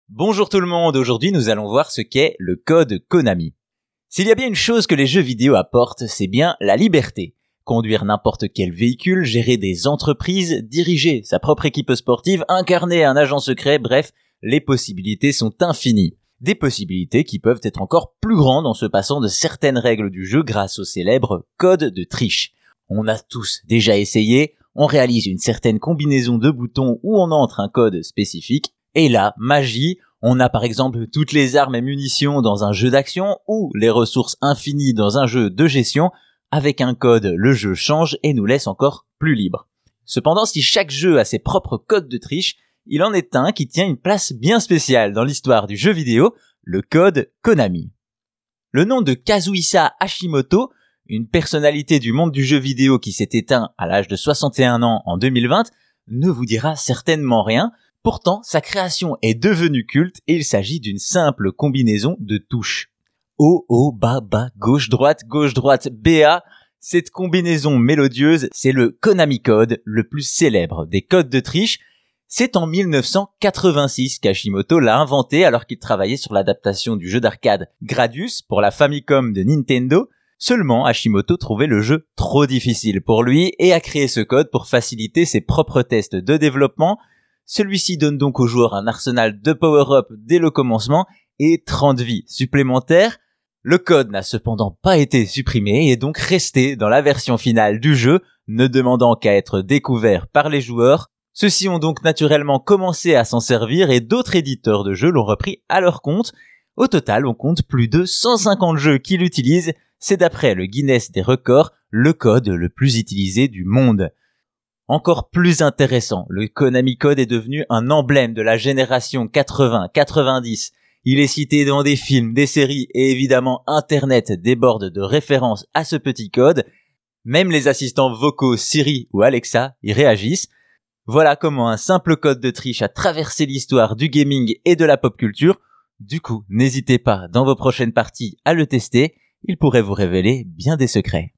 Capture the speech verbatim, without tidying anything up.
Bonjour tout le monde, aujourd'hui nous allons voir ce qu'est le code Konami. S'il y a bien une chose que les jeux vidéo apportent, c'est bien la liberté. Conduire n'importe quel véhicule, gérer des entreprises, diriger sa propre équipe sportive, incarner un agent secret, bref, les possibilités sont infinies. Des possibilités qui peuvent être encore plus grandes en se passant de certaines règles du jeu grâce au célèbre code de triche. On a tous déjà essayé, on réalise une certaine combinaison de boutons où on entre un code spécifique, et là, magie, on a par exemple toutes les armes et munitions dans un jeu d'action ou les ressources infinies dans un jeu de gestion. Avec un code, le jeu change et nous laisse encore plus libres. Cependant, si chaque jeu a ses propres codes de triche, il en est un qui tient une place bien spéciale dans l'histoire du jeu vidéo, le code Konami. Le nom de Kazuhisa Hashimoto, une personnalité du monde du jeu vidéo qui s'est éteint à l'âge de soixante et un ans en deux mille vingt, ne vous dira certainement rien. Pourtant, sa création est devenue culte et il s'agit d'une simple combinaison de touches. Haut, haut, bas, bas, gauche, droite, gauche, droite, B A. Cette combinaison mélodieuse, c'est le Konami Code, le plus célèbre des codes de triche. C'est en mille neuf cent quatre-vingt-six qu'Hashimoto l'a inventé alors qu'il travaillait sur l'adaptation du jeu d'arcade Gradius pour la Famicom de Nintendo. Seulement, Hashimoto trouvait le jeu trop difficile pour lui et a créé ce code pour faciliter ses propres tests de développement. Celui-ci donne donc aux joueurs un arsenal de power-up dès le commencement et trente vies supplémentaires. Le code n'a cependant pas été supprimé et est donc resté dans la version finale du jeu, ne demandant qu'à être découvert par les joueurs. Ceux-ci ont donc naturellement commencé à s'en servir et d'autres éditeurs de jeux l'ont repris à leur compte. Au total, on compte plus de cent cinquante jeux qui l'utilisent. C'est d'après le Guinness des records, le code le plus utilisé du monde. Encore plus intéressant, le Konami Code est devenu un emblème de la génération quatre-vingts quatre-vingt-dix. Il est cité dans des films, des séries et évidemment Internet déborde de références à ce petit code. Même les assistants vocaux Siri ou Alexa y réagissent. Voilà comment un simple code de triche a traversé l'histoire du gaming et de la pop culture. Du coup, n'hésitez pas dans vos prochaines parties à le tester, il pourrait vous révéler bien des secrets.